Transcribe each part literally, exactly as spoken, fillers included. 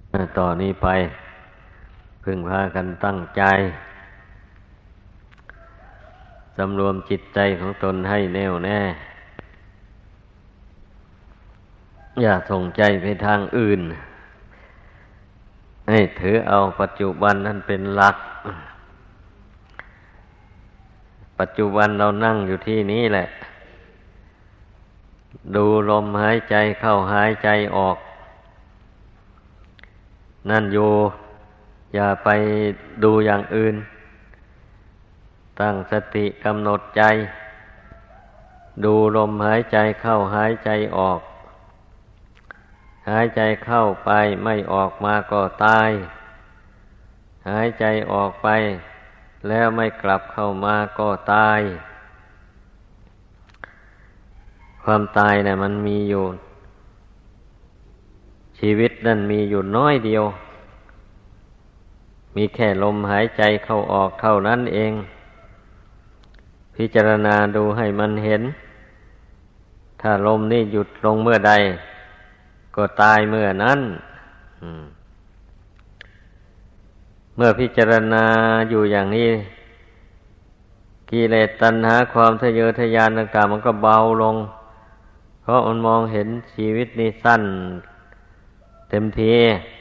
ต่อนนี้ไปพึงพากันตั้งใจสำรวมจิตใจของตนให้แน่วแน่อย่าส่งใจไปทางอื่นให้ถือเอาปัจจุบันนั่นเป็นหลักปัจจุบันเรานั่งอยู่ที่นี้แหละดูลมหายใจเข้าหายใจออกนั่นอยู่อย่าไปดูอย่างอื่นตั้งสติกำหนดใจดูลมหายใจเข้าหายใจออกหายใจเข้าไปไม่ออกมาก็ตายหายใจออกไปแล้วไม่กลับเข้ามาก็ตายความตายเนี่ยมันมีอยู่ชีวิตนั่นมีอยู่น้อยเดียวมีแค่ลมหายใจเข้าออกเท่านั้นเองพิจารณาดูให้มันเห็นถ้าลมนี่หยุดลงเมื่อใดก็ตายเมื่อนั้นเมื่อพิจารณาอยู่อย่างนี้กิเลสตัณหาความทะเยอทะยานต่างๆมันก็เบาลงเพราะมันมองเห็นชีวิตนี่สั้นเต็มที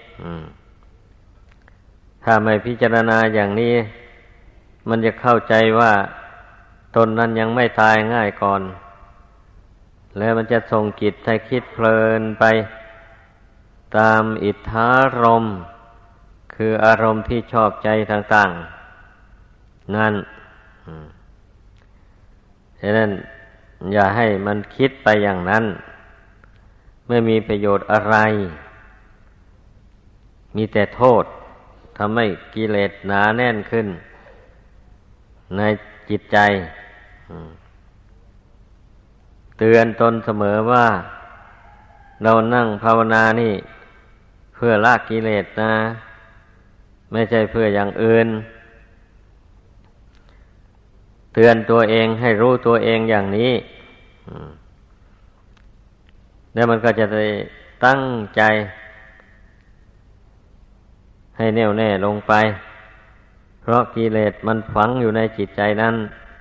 ถ้าไม่พิจารณาอย่างนี้มันจะเข้าใจว่าตนนั้นยังไม่ตายง่ายก่อนแล้วมันจะส่งจิตให้คิดเพลินไปตามอิทธารมณ์คืออารมณ์ที่ชอบใจต่างๆนั่นฉะนั้นอย่าให้มันคิดไปอย่างนั้นไม่มีประโยชน์อะไรมีแต่โทษทำให้กิเลสหนาแน่นขึ้นในจิตใจเตือนตนเสมอว่าเรานั่งภาวนานี่เพื่อละกิเลสนะไม่ใช่เพื่ออย่างอื่นเตือนตัวเองให้รู้ตัวเองอย่างนี้แล้วมันก็จะได้ตั้งใจให้แน่วแน่ลงไปเพราะกิเลสมันฝังอยู่ในจิตใจนั้น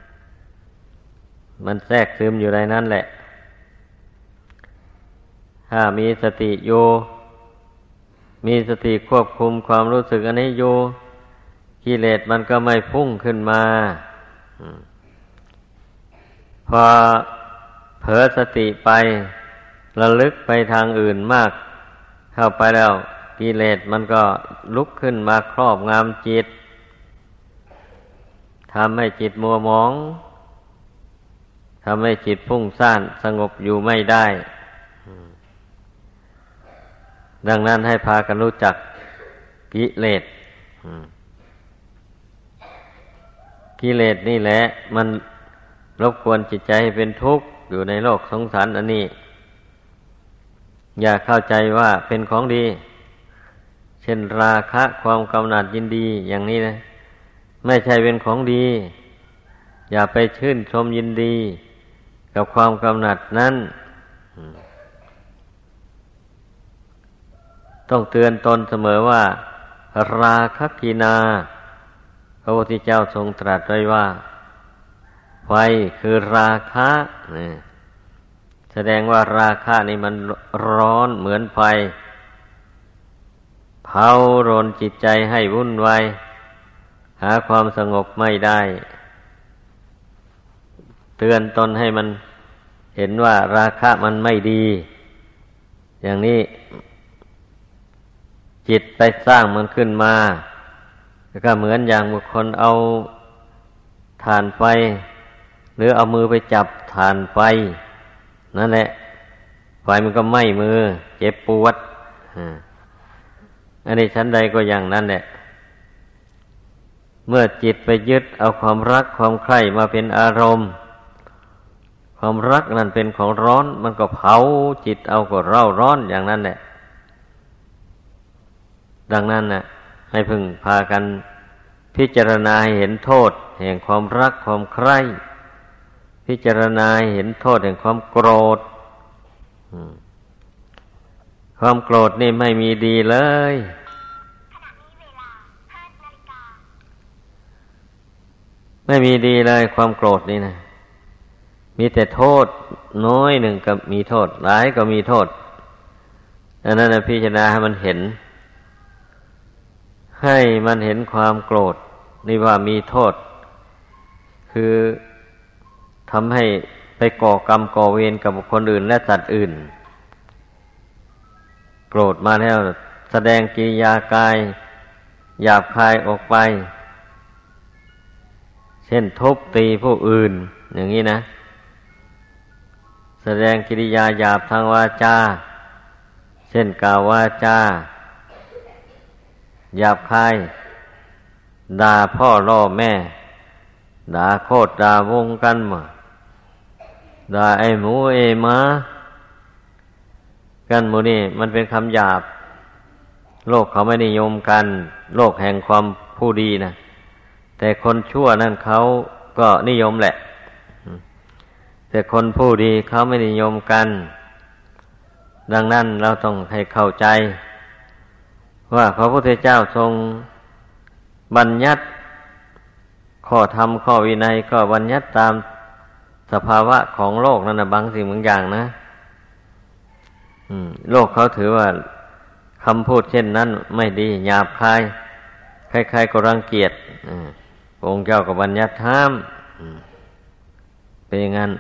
มันแทรกซึมอยู่ในนั้นแหละถ้ามีสติอยู่มีสติควบคุมความรู้สึกอันนี้อยู่กิเลสมันก็ไม่พุ่งขึ้นมาพอเผลอสติไประลึกไปทางอื่นมากเข้าไปแล้วกิเลสมันก็ลุกขึ้นมาครอบงำจิตทำให้จิตมัวหมองทำให้จิตฟุ้งซ่านสงบอยู่ไม่ได้ดังนั้นให้พากันรู้จักกิเลสกิเลสนี่แหละมันรบกวนจิตใจให้เป็นทุกข์อยู่ในโลกสงสารอันนี้อย่าเข้าใจว่าเป็นของดีเช่นราคะความกำหนัดยินดีอย่างนี้นะไม่ใช่เป็นของดีอย่าไปชื่นชมยินดีกับความกำหนัดนั้นต้องเตือนตนเสมอว่าราคะกินาพระพุทธเจ้าทรงตรัสไว้ว่าไฟคือราคะแสดงว่าราคะนี่มันร้อนเหมือนไฟเผารนจิตใจให้วุ่นวายหาความสงบไม่ได้เตือนตนให้มันเห็นว่าราคะมันไม่ดีอย่างนี้จิตไปสร้างมันขึ้นมาแล้วก็เหมือนอย่างบุคคลเอาถ่านไฟหรือเอามือไปจับถ่านไฟนั่นแหละไฟมันก็ไหม้มือเจ็บปวดอันนี้ชั้นใดก็อย่างนั้นแหละเมื่อจิตไปยึดเอาความรักความใคร่มาเป็นอารมณ์ความรักนั่นเป็นของร้อนมันก็เผาจิตเอาก็เร่าร้อนอย่างนั้นแหละดังนั้นน่ะให้พึงพากันพิจารณาให้เห็นโทษแห่งความรักความใคร่พิจารณาให้เห็นโทษแห่งความโกรธความโกรธนี่ไม่มีดีเลยไม่มีดีเลยความโกรธนี่นะมีแต่โทษน้อยหนึ่งก็มีโทษหลายก็มีโทษอันนั้นนะพิจารณาให้มันเห็นให้มันเห็นความโกรธนี่ว่ามีโทษคือทำให้ไปก่อกรรมก่อเวรกับคนอื่นและสัตว์อื่นโกรธมาแล้วแสดงกิริยากายหยาบคายออกไปเช่นทุบตีผู้อื่นอย่างนี้นะแสดงกิริยาหยาบทางวาจาเช่นกล่าววาจาหยาบคายด่าพ่อล่อแม่ด่าโคตรด่าวงกันมาด่าไอ้หมูไอ้หมากันหมูนี่มันเป็นคำหยาบโลกเขาไม่นิยมกันโลกแห่งความผู้ดีนะแต่คนชั่วนั่นเขาก็นิยมแหละแต่คนผู้ดีเขาไม่นิยมกันดังนั้นเราต้องให้เข้าใจว่าพระพุทธเจ้าทรงบัญญัติข้อธรรมข้อวินัยก็บัญญัติตามสภาวะของโลกนั่นนะบางสิ่งบางอย่างนะโลกเขาถือว่าคำพูดเช่นนั้นไม่ดีหยาบคายใครๆก็รังเกียจองค์เจ้าก็บัญญัติห้ามเป็นอย่างนั้น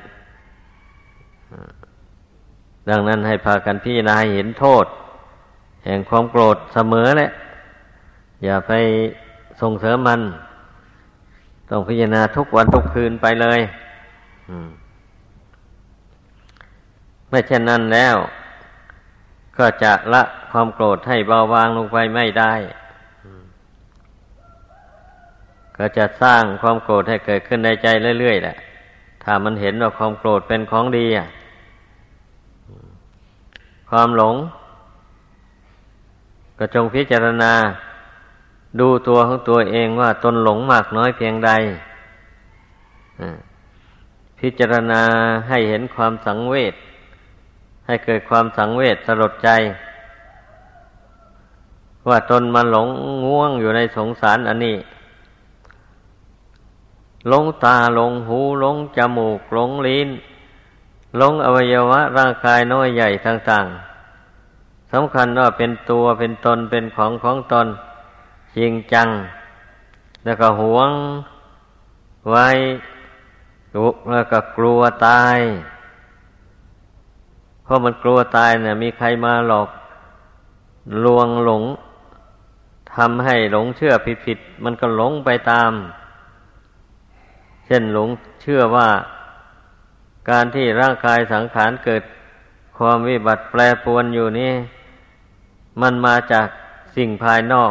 ดังนั้นให้พากันพิจารณาให้เห็นโทษแห่งความโกรธเสมอแหละอย่าไปส่งเสริมมันต้องพิจารณาทุกวันทุกคืนไปเลยไม่เช่นนั้นแล้วก็จะละความโกรธให้เบาบางลงไปไม่ได้ก็จะสร้างความโกรธให้เกิดขึ้นในใจเรื่อยๆแหละถ้ามันเห็นว่าความโกรธเป็นของดีอ่ะความหลงก็จงพิจารณาดูตัวของตัวเองว่าตนหลงมากน้อยเพียงใดพิจารณาให้เห็นความสังเวชให้เกิดความสังเวชสลดใจว่าตนมันหลงง่วงอยู่ในสงสารอันนี้หลงตาหลงหูหลงจมูกหลงลิ้นหลงอวัยวะร่างกายน้อยใหญ่ต่างๆสำคัญว่าเป็นตัวเป็นตนเป็นของของตนจริงจังแล้วก็หวงไว้แล้วก็กลัวตายเพราะมันกลัวตายเนี่ยมีใครมาหลอกลวงหลงทำให้หลงเชื่อผิดๆมันก็หลงไปตามเช่นหลงเชื่อว่าการที่ร่างกายสังขารเกิดความวิบัติแปรปรวนอยู่นี่มันมาจากสิ่งภายนอก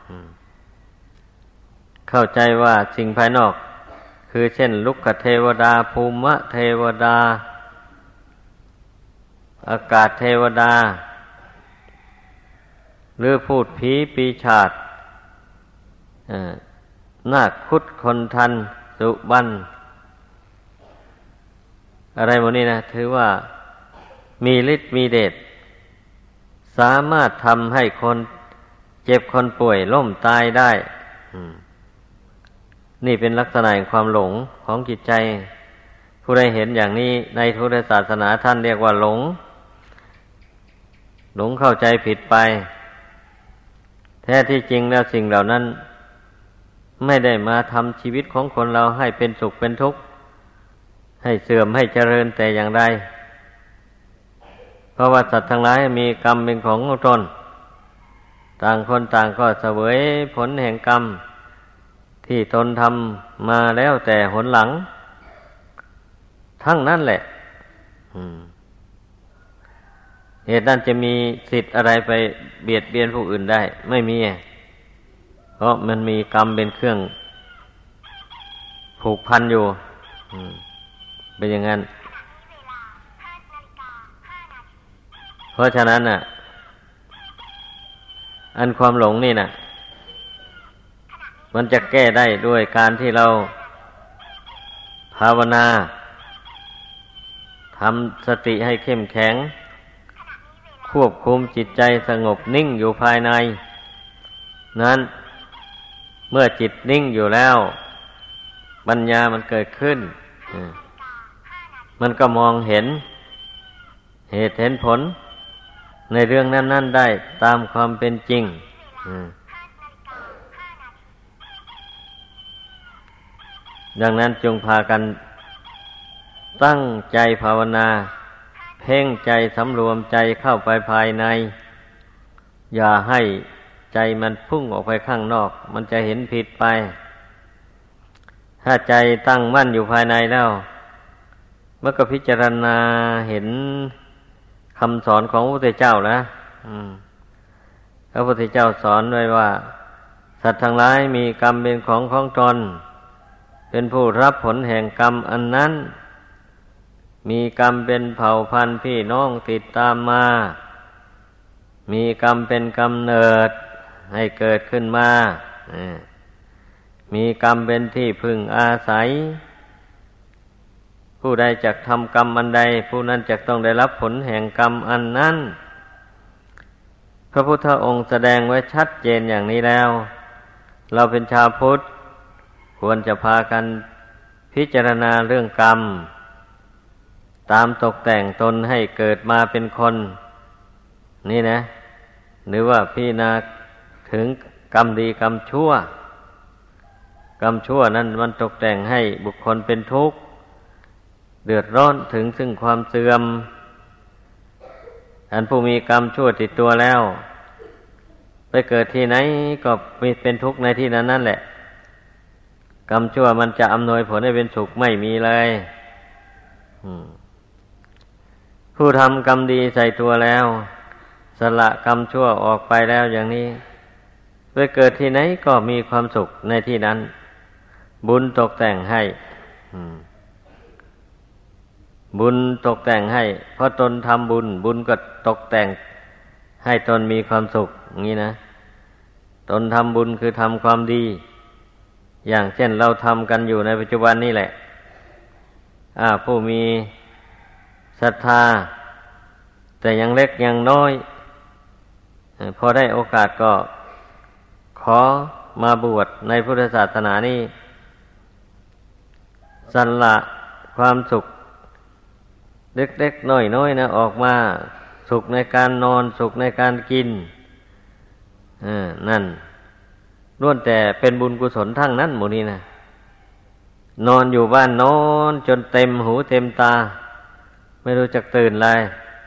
เข้าใจว่าสิ่งภายนอกคือเช่นลุกขเทวดาภูมิเทวดาอากาศเทวดาหรือพูดผีปีศาจนาคคุดคนทันสุบันอะไรหมดนี้นะถือว่ามีฤทธิ์มีเดชสามารถทำให้คนเจ็บคนป่วยล้มตายได้นี่เป็นลักษณะแห่งความหลงของจิตใจผู้ใดเห็นอย่างนี้ในพุทธศาสนาท่านเรียกว่าหลงหลงเข้าใจผิดไปแท้ที่จริงแล้วสิ่งเหล่านั้นไม่ได้มาทำชีวิตของคนเราให้เป็นสุขเป็นทุกข์ให้เสื่อมให้เจริญแต่อย่างใดเพราะว่าสัตว์ทั้งหลายมีกรรมเป็นของตนต่างคนต่างก็เสวยผลแห่งกรรมที่ตนทำมาแล้วแต่หนหลังทั้งนั้นแหละเหตุนั้นจะมีสิทธิ์อะไรไปเบียดเบียนผู้อื่นได้ไม่มีเพราะมันมีกรรมเป็นเครื่องผูกพันอยู่เป็นอย่างนั้นเพราะฉะนั้นน่ะอันความหลงนี่น่ะมันจะแก้ได้ด้วยการที่เราภาวนาทำสติให้เข้มแข็งควบคุมจิตใจสงบนิ่งอยู่ภายในนั้นเมื่อจิตนิ่งอยู่แล้วปัญญามันเกิดขึ้นมันก็มองเห็นเหตุเห็นผลในเรื่องนั้นๆได้ตามความเป็นจริงดังนั้นจงพากันตั้งใจภาวนาเพ่งใจสำรวมใจเข้าไปภายในอย่าให้ใจมันพุ่งออกไปข้างนอกมันจะเห็นผิดไปถ้าใจตั้งมั่นอยู่ภายในแล้วเมื่อก็พิจารณาเห็นคำสอนของพระพุทธเจ้านะพระพุทธเจ้าสอนไว้ว่าสัตว์ทั้งหลายมีกรรมเป็นของของตนเป็นผู้รับผลแห่งกรรมอันนั้นมีกรรมเป็นเผ่าพันธุ์พี่น้องติดตามมามีกรรมเป็นกำเนิดให้เกิดขึ้นมามีกรรมเป็นที่พึ่งอาศัยผู้ใดจักทำกรรมอันใดผู้นั้นจักต้องได้รับผลแห่งกรรมอันนั้นพระพุทธองค์แสดงไว้ชัดเจนอย่างนี้แล้วเราเป็นชาวพุทธควรจะพากันพิจารณาเรื่องกรรมตามตกแต่งตนให้เกิดมาเป็นคนนี่นะหรือว่าพิจารณาถึงกรรมดีกรรมชั่วกรรมชั่วนั้นมันตกแต่งให้บุคคลเป็นทุกข์เดือดร้อนถึงซึ่งความเสื่อมอันผู้มีกรรมชั่วติดตัวแล้วไปเกิดที่ไหนก็มีเป็นทุกข์ในที่นั้นนั่นแหละกรรมชั่วมันจะอำนวยผลให้เป็นสุขไม่มีเลยผู้ทำกรรมดีใส่ตัวแล้วสละกรรมชั่วออกไปแล้วอย่างนี้ไปเกิดที่ไหนก็มีความสุขในที่นั้นบุญตกแต่งให้บุญตกแต่งให้เพราะตนทำบุญบุญก็ตกแต่งให้ตนมีความสุขอย่างนี้นะตนทำบุญคือทำความดีอย่างเช่นเราทำกันอยู่ในปัจจุบันนี่แหละอ่าผู้มีศรัทธาแต่ยังเล็กยังน้อยพอได้โอกาสก็ขอมาบวชในพุทธศาสนานี่สละความสุขเล็กๆน้อยๆนะออกมาสุขในการนอนสุขในการกินอ่านั่นล้วนแต่เป็นบุญกุศลทั้งนั้นหมดนี้นะนอนอยู่บ้านนอนจนเต็มหูเต็มตาไม่รู้จักตื่นเลย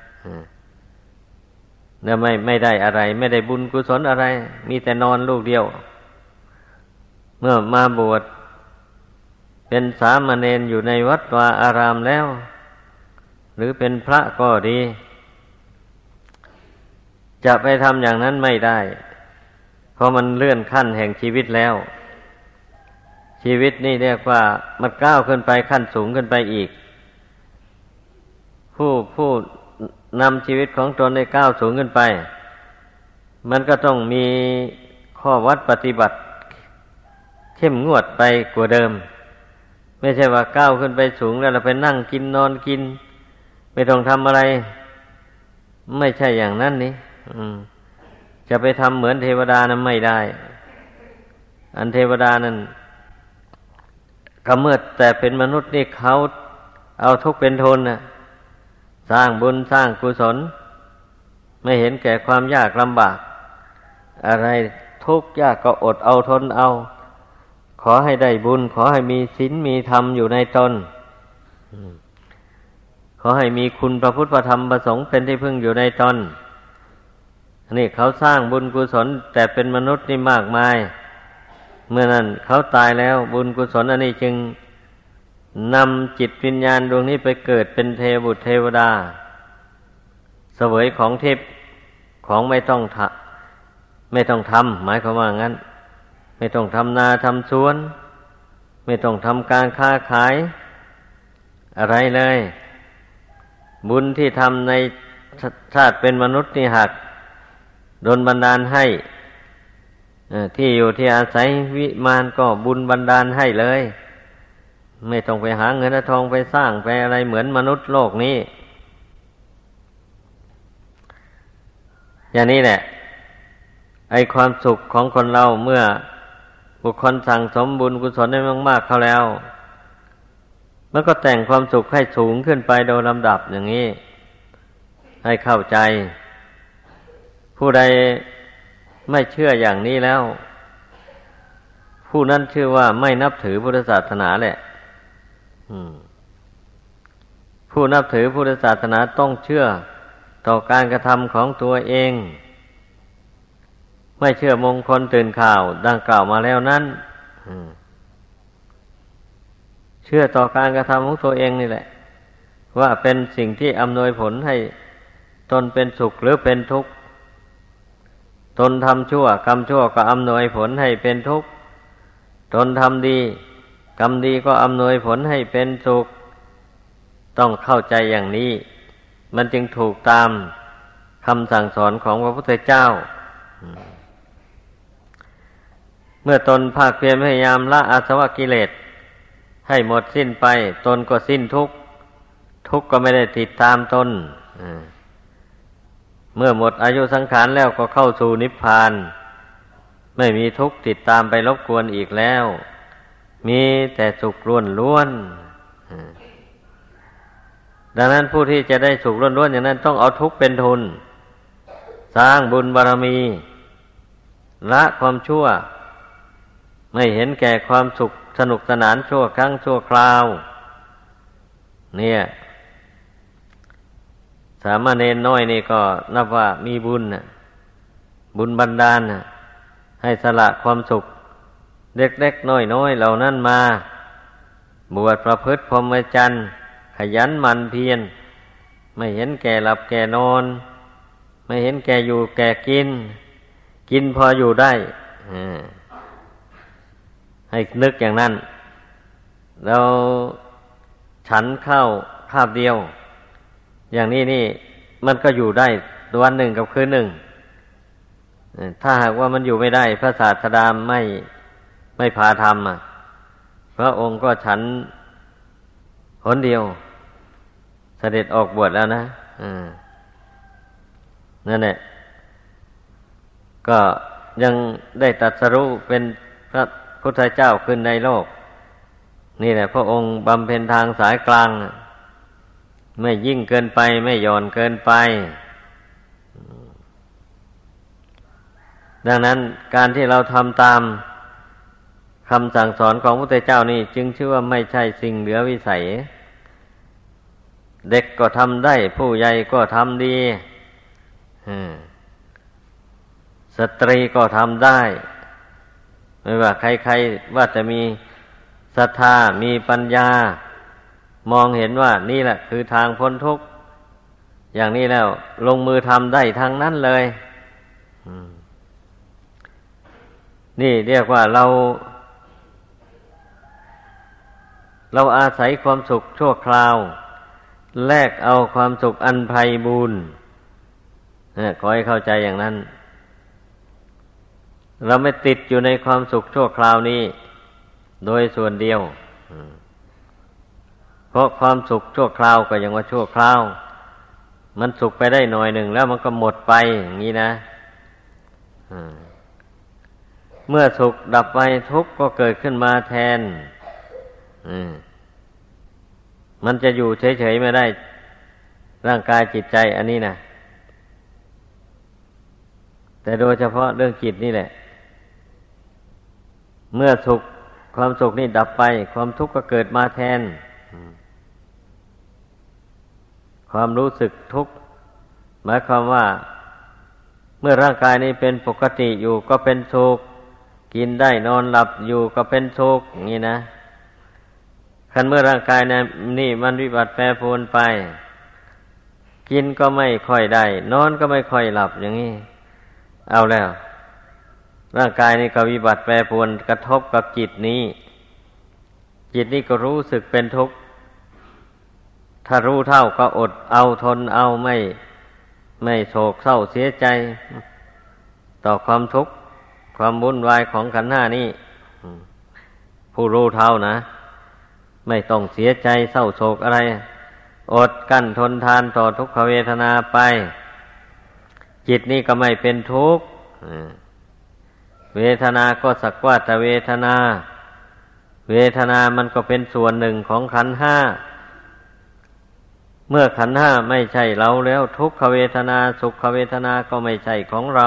เนี่ยไม่ไม่ได้อะไรไม่ได้บุญกุศลอะไรมีแต่นอนลูกเดียวเมื่อมาบวชเป็นสามเณรอยู่ในวัดวาอารามแล้วหรือเป็นพระก็ดีจะไปทำอย่างนั้นไม่ได้เพราะมันเลื่อนขั้นแห่งชีวิตแล้วชีวิตนี่เรียกว่ามันก้าวขึ้นไปขั้นสูงขึ้นไปอีกผู้ผู้นำชีวิตของตนให้ก้าวสูงขึ้นไปมันก็ต้องมีข้อวัดปฏิบัติเข้มงวดไปกว่าเดิมไม่ใช่ว่าก้าวขึ้นไปสูงแล้วเราไปนั่งกินนอนกินไม่ต้องทำอะไรไม่ใช่อย่างนั้นนี่จะไปทำเหมือนเทวดานั้นไม่ได้อันเทวดานั้นก็เมื่อแต่เป็นมนุษย์นี่เขาเอาทุกข์เป็นทุนนะสร้างบุญสร้างกุศลไม่เห็นแก่ความยากลำบากอะไรทุกข์ยากก็อดเอาทนเอาขอให้ได้บุญขอให้มีศีลมีธรรมอยู่ในตนขอให้มีคุณพระพุทธพระธรรมพระสงฆ์เป็นที่พึ่งอยู่ในตนนี่เขาสร้างบุญกุศลแต่เป็นมนุษย์นี่มากมายเมื่อนั้นเขาตายแล้วบุญกุศลอันนี้จึงนำจิตวิญญาณดวงนี้ไปเกิดเป็นเทวบุตรเทวดาเสวยของทิพย์ของไม่ต้องทำไม่ต้องทำหมายความว่างั้นไม่ต้องทำนาทำสวนไม่ต้องทำการค้าขายอะไรเลยบุญที่ทำในชาติเป็นมนุษย์นี่หากโดนบันดาลให้ที่อยู่ที่อาศัยวิมานก็บุญบันดาลให้เลยไม่ต้องไปหาเงินทองไปสร้างไปอะไรเหมือนมนุษย์โลกนี้อย่างนี้แหละไอความสุขของคนเราเมื่อบุคคลสั่งสมบุญกุศลได้มากๆเข้าแล้วมันก็แต่งความสุขให้สูงขึ้นไปโดยลำดับอย่างนี้ให้เข้าใจผู้ใดไม่เชื่ออย่างนี้แล้วผู้นั้นชื่อว่าไม่นับถือพุทธศาสนาแหละผู้นับถือพุทธศาสนาต้องเชื่อต่อการกระทำของตัวเองไม่เชื่อมงคลตื่นข่าวดังกล่าวมาแล้วนั้นเชื่อต่อการกระทำของตัวเองนี่แหละว่าเป็นสิ่งที่อำนวยผลให้ตนเป็นสุขหรือเป็นทุกข์ตนทำชั่วกรรมชั่วก็อำนวยผลให้เป็นทุกข์ตนทำดีกรรมดีก็อำนวยผลให้เป็นสุขต้องเข้าใจอย่างนี้มันจึงถูกตามคำสั่งสอนของพระพุทธเจ้าเมื่อตนภาคเพียรพยายามละอาสวะกิเลสให้หมดสิ้นไปตนก็สิ้นทุกข์ทุกข์ก็ไม่ได้ติดตามตนเมื่อหมดอายุสังขารแล้วก็เข้าสู่นิพพานไม่มีทุกข์ติดตามไปรบกวนอีกแล้วมีแต่สุขล้วนๆดังนั้นผู้ที่จะได้สุขล้วนๆอย่างนั้นต้องเอาทุกข์เป็นทุนสร้างบุญบารมีละความชั่วไม่เห็นแก่ความสุขสนุกสนานชั่วครั้งชั่วคราวเนี่ยสามเณรน้อยนี่ก็นับว่ามีบุญนะบุญบันดาลนะให้สละความสุขเล็กๆน้อยๆเหล่านั้นมาบวชประพฤติพรหมจรรย์ขยันหมั่นเพียรไม่เห็นแก่หลับแก่นอนไม่เห็นแก่อยู่แก่กินกินพออยู่ได้ให้นึกอย่างนั้นเราฉันข้าวคาบเดียวอย่างนี้นี่มันก็อยู่ได้วันหนึ่งกับคืนหนึ่งถ้าหากว่ามันอยู่ไม่ได้พระศาสดาไม่ไม่พาทำอ่ะพระองค์ก็ฉันหนเดียวเสด็จออกบวชแล้วนะนั่นแหละก็ยังได้ตรัสรู้เป็นพระพุทธเจ้าขึ้นในโลกนี่แหละพระองค์บำเพ็ญทางสายกลางไม่ยิ่งเกินไปไม่หย่อนเกินไปดังนั้นการที่เราทำตามคำสั่งสอนของพระพุทธเจ้านี่จึงชื่อว่าไม่ใช่สิ่งเหลือวิสัยเด็กก็ทำได้ผู้ใหญ่ก็ทำดีสตรีก็ทำได้ไม่ว่าใครๆว่าจะมีศรัทธามีปัญญามองเห็นว่านี่แหละคือทางพ้นทุกข์อย่างนี้แล้วลงมือทำได้ทางนั้นเลยนี่เรียกว่าเราเราอาศัยความสุขชั่วคราวแลกเอาความสุขอันไพบูรย์ขอให้เข้าใจอย่างนั้นเราไม่ติดอยู่ในความสุขชั่วคราวนี้โดยส่วนเดียวเพราะความสุขชั่วคราวก็ยังว่าชั่วคราวมันสุขไปได้หน่อยหนึ่งแล้วมันก็หมดไปอย่างนี้นะเมื่อสุขดับไปทุกข์ก็เกิดขึ้นมาแทนมันจะอยู่เฉยๆไม่ได้ร่างกายจิตใจอันนี้นะแต่โดยเฉพาะเรื่องจิตนี่แหละเมื่อสุขความสุขนี่ดับไปความทุกข์ก็เกิดมาแทนความรู้สึกทุกข์หมายความว่าเมื่อร่างกายนี้เป็นปกติอยู่ก็เป็นสุขกินได้นอนหลับอยู่ก็เป็นสุขอย่างนี้นะคันเมื่อร่างกายนะนี่มันวิบัติแปรปรวนไปกินก็ไม่ค่อยได้นอนก็ไม่ค่อยหลับอย่างนี้เอาแล้วร่างกายนี่ก็วิบัติแปรปรวนกระทบกับจิตนี้จิตนี้ก็รู้สึกเป็นทุกข์ถ้ารู้เท่าก็อดเอาทนเอาไม่ไม่โศกเศร้าเสียใจต่อความทุกข์ความวุ่นวายของขันธ์ห้านี้ผู้รู้เท่านะไม่ต้องเสียใจเศร้าโศกอะไรอดกั้นทนทานต่อทุกขเวทนาไปจิตนี่ก็ไม่เป็นทุกข์เวทนาก็สักว่าแต่เวทนาเวทนามันก็เป็นส่วนหนึ่งของขันธ์ห้าเมื่อขันธ์ห้าไม่ใช่เราแล้วทุกขเวทนาสุขเวทนาก็ไม่ใช่ของเรา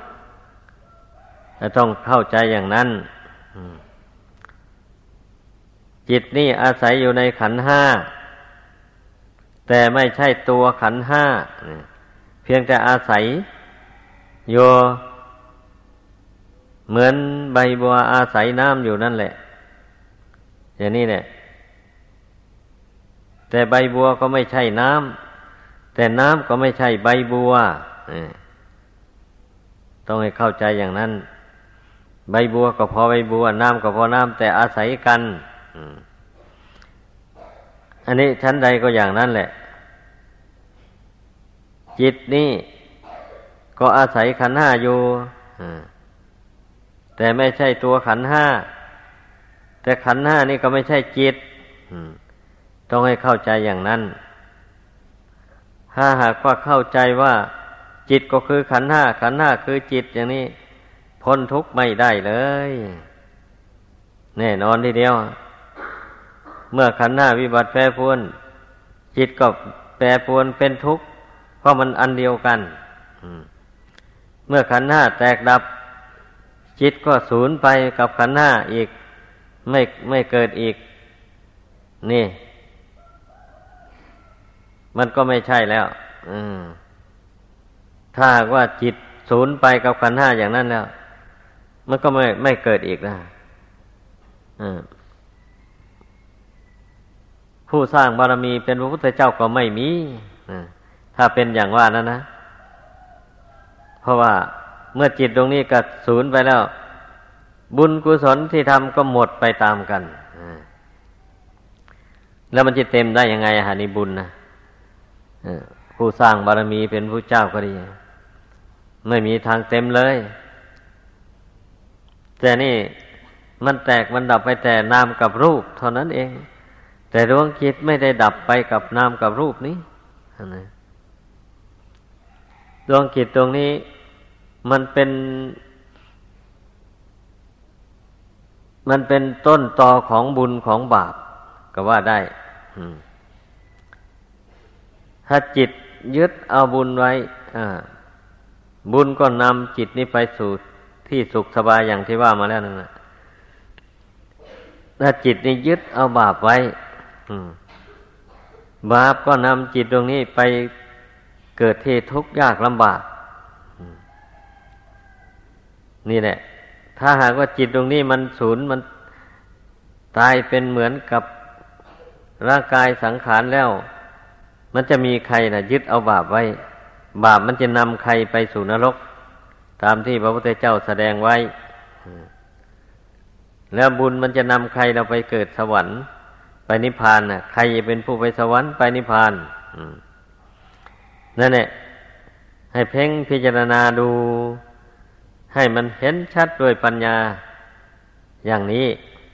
จะต้องเข้าใจอย่างนั้นจิตนี่อาศัยอยู่ในขันธ์ห้าแต่ไม่ใช่ตัวขันธ์ห้าเพียงแต่อาศัยอยู่เหมือนใบบัวอาศัยน้ำอยู่นั่นแหละอย่างนี้เนี่ยแต่ใบบัวก็ไม่ใช่น้ำแต่น้ำก็ไม่ใช่ใบบัวต้องให้เข้าใจอย่างนั้นใบบัวก็พอใบบัวน้ำก็พอน้ำแต่อาศัยกันอันนี้ชั้นใดก็อย่างนั้นแหละจิตนี่ก็อาศัยขันธ์ห้าอยู่แต่ไม่ใช่ตัวขันธ์ห้าแต่ขันธ์ห้านี่ก็ไม่ใช่จิตต้องให้เข้าใจอย่างนั้นถ้าหากว่าเข้าใจว่าจิตก็คือขันธ์ห้าขันธ์ห้าคือจิตอย่างนี้พ้นทุกข์ไม่ได้เลยแน่นอนทีเดียวเมื่อขันธ์ห้าวิบัติแปรปรวนจิตก็แปรปรวนเป็นทุกข์เพราะมันอันเดียวกันเมื่อขันธ์ห้าแตกดับจิตก็สูญไปกับขันธ์ห้าอีกไม่ไม่เกิดอีกนี่มันก็ไม่ใช่แล้วถ้าหากว่าจิตสูญไปกับขันธ์ห้าอย่างนั้นแล้วมันก็ไม่ไม่เกิดอีกนะผู้สร้างบารมีเป็นพระพุทธเจ้าก็ไม่มีถ้าเป็นอย่างว่านั้นนะเพราะว่าเมื่อจิตตรงนี้ก็สูญไปแล้วบุญกุศลที่ทำก็หมดไปตามกันแล้วมันจะเต็มได้ยังไงอะฮะนี่บุญนะผู้สร้างบารมีเป็นผู้เจ้าก็ดีไม่มีทางเต็มเลยแต่นี่มันแตกมันดับไปแต่นามกับรูปเท่านั้นเองแต่ดวงจิตไม่ได้ดับไปกับนามกับรูปนี้ดวงจิตตรงนี้มันเป็นมันเป็นต้นตอของบุญของบาปก็ว่าได้ถ้าจิตยึดเอาบุญไว้บุญก็นำจิตนี้ไปสู่ที่สุขสบายอย่างที่ว่ามาแล้วนั่นแหละถ้าจิตนี้ยึดเอาบาปไว้บาปก็นำจิตตรงนี้ไปเกิดที่ทุกข์ยากลำบากนี่แหละถ้าหากว่าจิตตรงนี้มันสูญมันตายเป็นเหมือนกับร่างกายสังขารแล้วมันจะมีใครน่ะยึดเอาบาปไว้บาปมันจะนำใครไปสู่นรกตามที่พระพุทธเจ้าแสดงไว้แล้วบุญมันจะนำใครเราไปเกิดสวรรค์ไปนิพพานน่ะใครจะเป็นผู้ไปสวรรค์ไปนิพพานนั่นแหละให้เพ่งพิจารณาดูให้มันเห็นชัดด้วยปัญญาอย่างนี้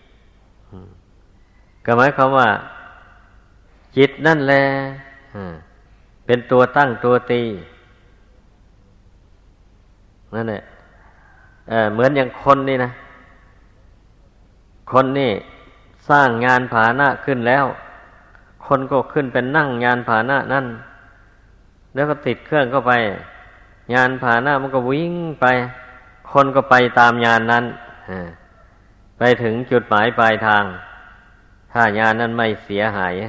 ก็หมายความว่าจิตนั่นแหละเป็นตัวตั้งตัวตีนั่นแหละเอ่อเหมือนอย่างคนนี่นะคนนี่สร้างงานผาหน้าขึ้นแล้วคนก็ขึ้นเป็นนั่งงานผาหน้านั่นแล้วก็ติดเครื่องเข้าไปงานผาหน้ามันก็วิ่งไปคนก็ไปตามงานนั้นไปถึงจุดหมายปลายทางถ้างานนั้นไม่เสียหาย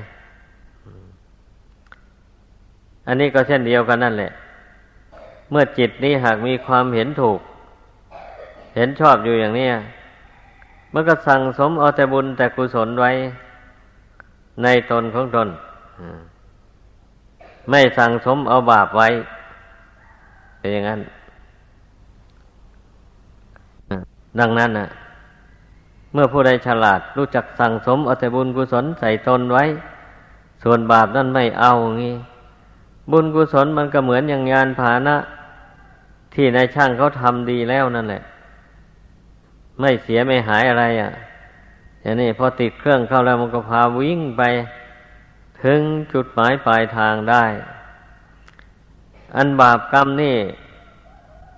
อันนี้ก็เช่นเดียวกันนั่นแหละเมื่อจิตนี้หากมีความเห็นถูกเห็นชอบอยู่อย่างนี้มันก็สั่งสมเอาแต่บุญแต่กุศลไว้ในตนของตนไม่สั่งสมเอาบาปไว้เป็นอย่างนั้นดังนั้นน่ะเมื่อผู้ใดฉลาดรู้จักสั่งสมเอาแต่บุญกุศลใส่ตนไว้ส่วนบาปนั่นไม่เอางี้บุญกุศลมันก็เหมือนอย่างยานพาหนะที่นายช่างเขาทำดีแล้วนั่นแหละไม่เสียไม่หายอะไรอ่ะอย่างนี้พอติดเครื่องเข้าแล้วมันก็พาวิ่งไปถึงจุดหมายปลายทางได้อันบาปกรรมนี่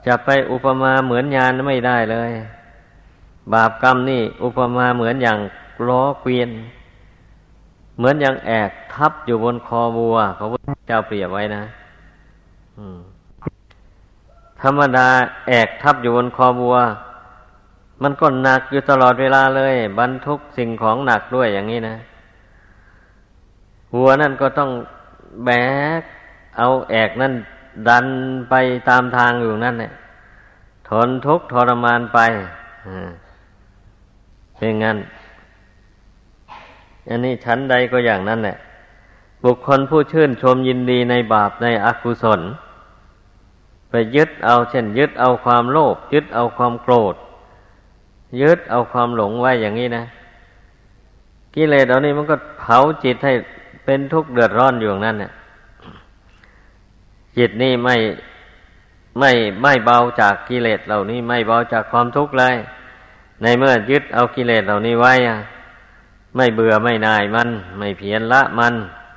จะไปอุปมาเหมือนยานไม่ได้เลยบาปกรรมนี่อุปมาเหมือนอย่างล้อเกวียนเหมือนอย่างแอกทับอยู่บนคอวัวพระพุทธเจ้าเปรียบไว้นะธรรมดาแอกทับอยู่บนคอวัวมันก็หนักอยู่ตลอดเวลาเลยบรรทุกสิ่งของหนักด้วยอย่างนี้นะวัวนั่นก็ต้องแบกเอาแอกนั่นดันไปตามทางอยู่นั่นแหละทนทุกข์ทรมานไปเป็นงั้นอันนี้ชั้นใดก็อย่างนั้นแหละบุคคลผู้ชื่นชมยินดีในบาปในอกุศลไปยึดเอาเช่นยึดเอาความโลภยึดเอาความโกรธยึดเอาความหลงไว้อย่างนี้นะกิเลสเหล่านี้มันก็เผาจิตให้เป็นทุกข์เดือดร้อนอยู่อย่างนั้นเนี่ยจิตนี่ไม่ไม่ไม่เบาจากกิเลสเหล่านี้ไม่เบาจากความทุกข์เลยในเมื่อยึดเอากิเลสเหล่านี้ไว้อะไม่เบื่อไม่นายมันไม่เพียรละมัน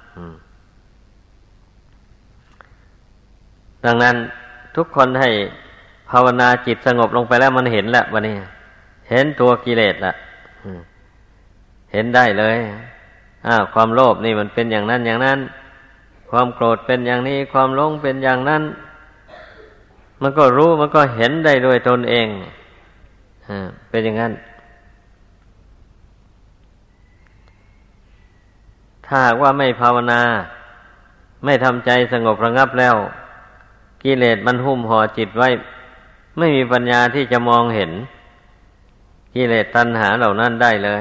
ดังนั้นทุกคนให้ภาวนาจิตสงบลงไปแล้วมันเห็นแล้ววันนี้เห็นตัวกิเลสละเห็นได้เลยอ้าวความโลภนี่มันเป็นอย่างนั้นอย่างนั้นความโกรธเป็นอย่างนี้ความหลงเป็นอย่างนั้นมันก็รู้มันก็เห็นได้ด้วยตนเองอ่าเป็นอย่างนั้นถ้าหากว่าไม่ภาวนาไม่ทำใจสงบระงับแล้วกิเลสมันหุ้มห่อจิตไว้ไม่มีปัญญาที่จะมองเห็นกิเลสตัณหาเหล่านั้นได้เลย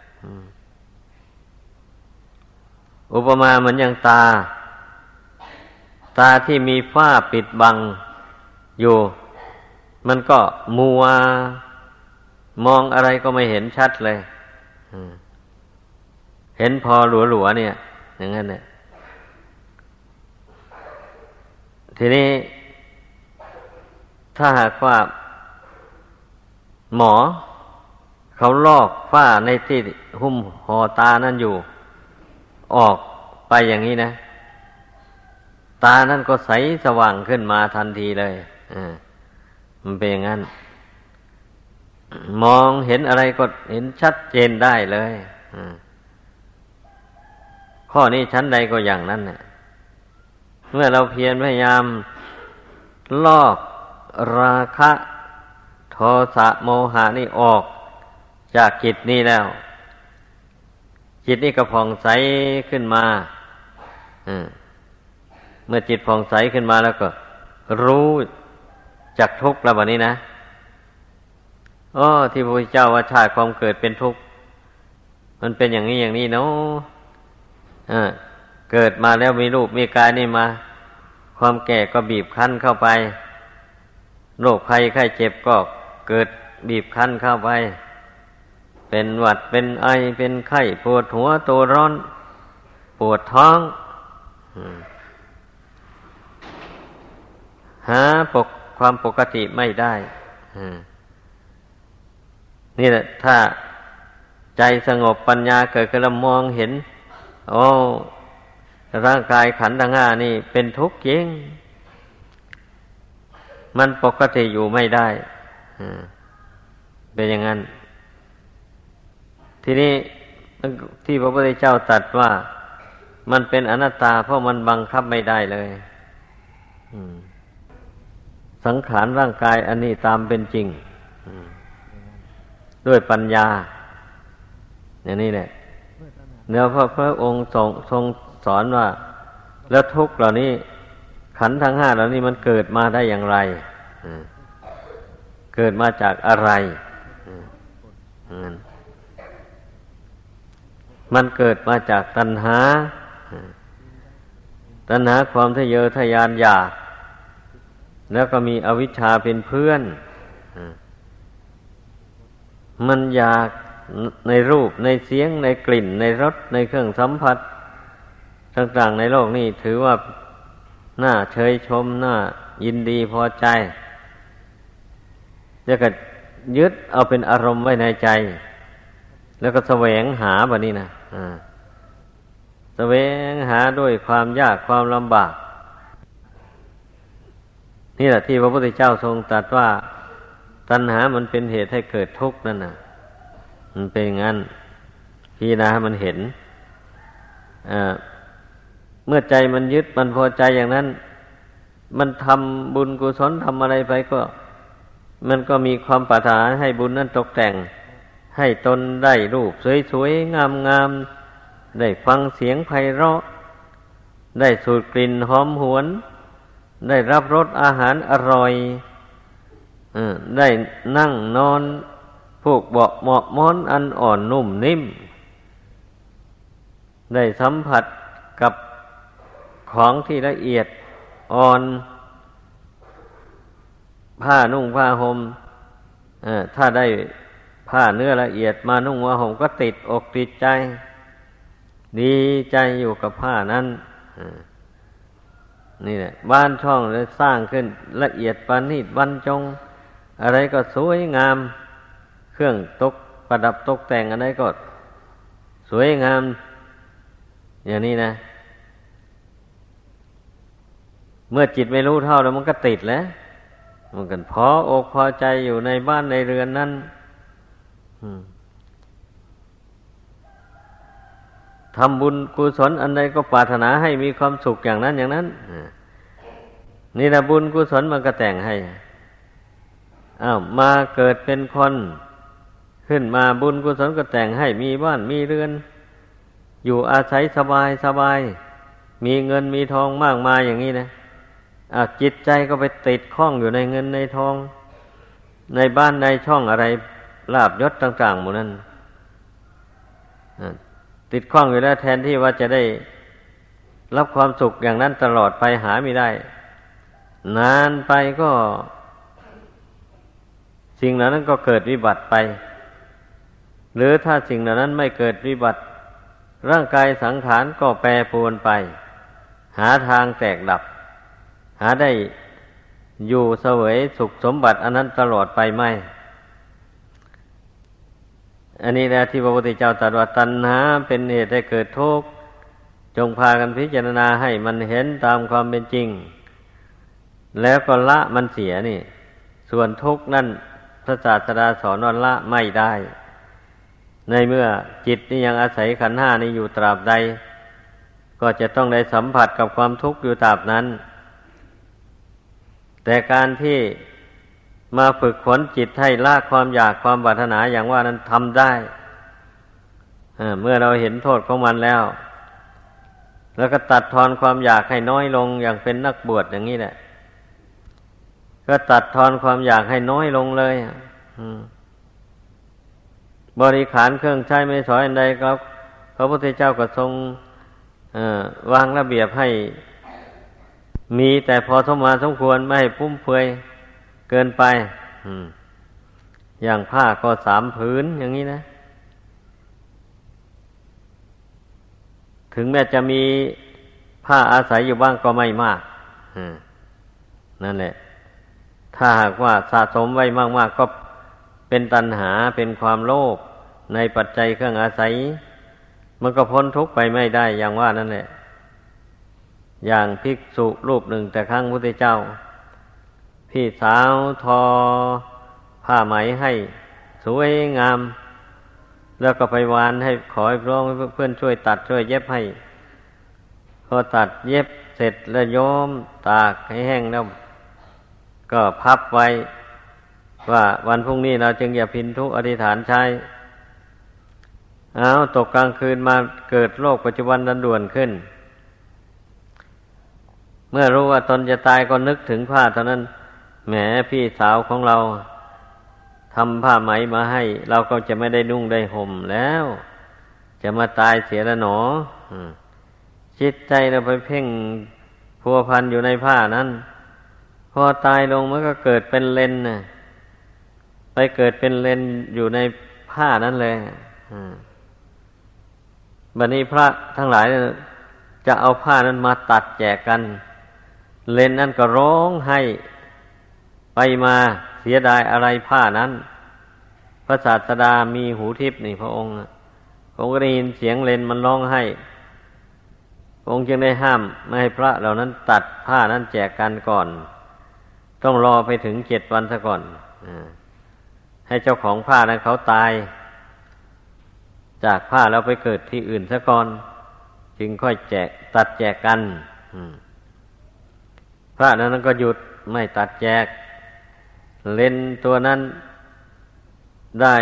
อุปมาเหมือนอย่างตาตาที่มีฝ้าปิดบังอยู่มันก็มัวมองอะไรก็ไม่เห็นชัดเลยเห็นพอหลัวๆเนี่ยอย่างนั้นเนี่ยทีนี้ถ้าหากว่าหมอเขาลอกฝ้าในที่หุ้มห่อตานั่นอยู่ออกไปอย่างนี้นะตานั่นก็ใสสว่างขึ้นมาทันทีเลยอ่ามันเป็นอย่างนั้นมองเห็นอะไรก็เห็นชัดเจนได้เลยอ่าข้อนี้ชั้นใดก็อย่างนั้นเนี่ยเมื่อเราเพียรพยายามลอกราคะโทสะโมหะนี่ออกจากจิตนี้แล้วจิตนี่ก็ผ่องใสขึ้นมาเมื่อจิตผ่องใสขึ้นมาแล้วก็รู้จักทุกข์แล้วบัดนี้นะอ๋อที่พระพุทธเจ้าว่าชาติความเกิดเป็นทุกข์มันเป็นอย่างนี้อย่างนี้เนาะเกิดมาแล้วมีรูปมีกายนี่มาความแก่ก็บีบคั้นเข้าไปโรคภัยไข้เจ็บก็เกิดบีบคั้นเข้าไปเป็นหวัดเป็นไอเป็นไข้ปวดหัวตัวร้อนปวดท้องหาปกความปกติไม่ได้นี่แหละถ้าใจสงบปัญญาเกิดขึ้นแล้วมองเห็นโอ้ร่างกายขันธ์ทั้งห้านี่เป็นทุกข์จริงมันปกติอยู่ไม่ได้เป็นอย่างนั้นทีนี้ที่พระพุทธเจ้าตรัสว่ามันเป็นอนัตตาเพราะมันบังคับไม่ได้เลยสังขารร่างกายอันนี้ตามเป็นจริงด้วยปัญญาอย่างนี้แหละเนื้อพระพระองค์ทรงทรงสอนว่าแล้วทุกข์เหล่านี้ขันธ์ทั้งห้าเหล่านี้มันเกิดมาได้อย่างไรเกิดมาจากอะไรมันเกิดมาจากตัณหาตัณหาความทะเยอทะยานอยากแล้วก็มีอวิชชาเป็นเพื่อนมันอยากในรูปในเสียงในกลิ่นในรสในเครื่องสัมผัสต่างๆในโลกนี้ถือว่าน่าเชยชมน่ายินดีพอใจแล้วก็ยึดเอาเป็นอารมณ์ไว้ในใจแล้วก็แสวงหาแบบนี้นะอ่าแสวงหาด้วยความยากความลำบากนี่แหละที่พระพุทธเจ้าทรงตรัสว่าตัณหามันเป็นเหตุให้เกิดทุกข์นั่นน่ะมันเป็นอย่างนั้นพี่นะมันเห็นเมื่อใจมันยึดมันพอใจอย่างนั้นมันทำบุญกุศลทำอะไรไปก็มันก็มีความปรารถนาให้บุญนั้นตกแต่งให้ตนได้รูปสวยๆงามๆได้ฟังเสียงไพเราะได้สูดกลิ่นหอมหวนได้รับรสอาหารอร่อยได้นั่งนอนพวกเบาะเหมาะม้อนอันอ่อนนุ่มนิ่มได้สัมผัสกับของที่ละเอียดอ่อนผ้านุ่งผ้าห่มถ้าได้ผ้าเนื้อละเอียดมานุ่งมาห่มก็ติดอกติดใจดีใจอยู่กับผ้านั้นนี่แหละบ้านช่องเลยสร้างขึ้นละเอียดปานนีตบรรจงอะไรก็สวยงามเครื่องตกประดับตกแต่งอะไรก็สวยงามอย่างนี้นะเมื่อจิตไม่รู้เท่าแล้วมันก็ติดแล้วมันก็พออกพอใจอยู่ในบ้านในเรือนนั้นทำบุญกุศลอันใดก็ปรารถนาให้มีความสุขอย่างนั้นอย่างนั้นนี่นะบุญกุศลมันก็แต่งให้อ้าวมาเกิดเป็นคนขึ้นมาบุญกุศลก็แต่งให้มีบ้านมีเรือนอยู่อาศัยสบายสบายมีเงินมีทองมากมายอย่างนี้นะอ่ะจิตใจก็ไปติดข้องอยู่ในเงินในทองในบ้านในช่องอะไรลาภยศต่างๆหมดนั้นติดข้องอยู่แล้วแทนที่ว่าจะได้รับความสุขอย่างนั้นตลอดไปหาไม่ได้นานไปก็สิ่งเหล่านั้นก็เกิดวิบัติไปหรือถ้าสิ่งเหล่านั้นไม่เกิดวิบัติร่างกายสังขารก็แปรปรวนไปหาทางแตกดับหาได้อยู่เสวยสุขสมบัติอันนั้นตลอดไปไม่อันนี้แหละที่พระพุทธเจ้าตรัสว่าตัณหาเป็นเหตุให้เกิดทุกข์จงพากันพิจารณาให้มันเห็นตามความเป็นจริงแล้วก็ละมันเสียนี่ส่วนทุกข์นั่นพระศาสดาสอนว่าละไม่ได้ในเมื่อจิตนี่ยังอาศัยขันธ์ห้านี้อยู่ตราบใดก็จะต้องได้สัมผัสกับความทุกข์อยู่ตราบนั้นแต่การที่มาฝึกฝนจิตให้ละความอยากความปรารถนาอย่างว่านั้นทำได้เมื่อเราเห็นโทษของมันแล้วแล้วก็ตัดทอนความอยากให้น้อยลงอย่างเป็นนักบวชอย่างนี้แหละก็ตัดทอนความอยากให้น้อยลงเลยบริขารเครื่องใช้ไม่สอยอันใดครับพระพุทธเจ้าก็ทรงวางระเบียบให้มีแต่พอสมมาสมควรไม่ให้ฟุ่มเฟือยเกินไปอย่างผ้าก็สามผืนอย่างนี้นะถึงแม้จะมีผ้าอาศัยอยู่บ้างก็ไม่มากนั่นแหละถ้าหากว่าสะสมไว้มากๆก็เป็นตัณหาเป็นความโลภในปัจจัยเครื่องอาศัยมันก็พ้นทุกข์ไปไม่ได้อย่างว่านั่นแหละอย่างภิกษุรูปหนึ่งแต่ครั้งพุทธเจ้าพี่สาวทอผ้าไหมให้สวยงามแล้วก็ไปวานให้ขอให้ร้องเพื่อนช่วยตัดช่วยเย็บให้พอตัดเย็บเสร็จแล้วโยมตากให้แห้งแล้วก็พับไว้ว่าวันพรุ่งนี้เราจึงอย่าพินทุกอธิษฐานใช้เอาตกกลางคืนมาเกิดโรคปัจจุบันดันด่วนขึ้นเมื่อรู้ว่าตนจะตายก็นึกถึงผ้าเท่านั้นแหมพี่สาวของเราทำผ้าไหมมาให้เราก็จะไม่ได้นุ่งได้ห่มแล้วจะมาตายเสียแล้วหนอจิตใจเราไปเพ่งพัวพันอยู่ในผ้านั้นพอตายลงมันก็เกิดเป็นเลนน่ะไปเกิดเป็นเลนอยู่ในผ้านั้นเลยบัดนี้พระทั้งหลายจะเอาผ้านั้นมาตัดแจกกันเลนนั้นก็ร้องให้ไปมาเสียดายอะไรผ้านั้นพระศาสดามีหูทิพย์นี่พระองค์พระองค์ก็ได้ยินเสียงเลนมันร้องให้พระองค์จึงได้ห้ามไม่ให้พระเหล่านั้นตัดผ้านั้นแจกกันก่อนต้องรอไปถึงเจ็ดวันซะก่อนอให้เจ้าของผ้านั้นเขาตายจากผ้าแล้วไปเกิดที่อื่นซะก่อนจึงค่อยแจกตัดแจกกันพระนั้นก็หยุดไม่ตัดแจกเล่นตัวนั้นได้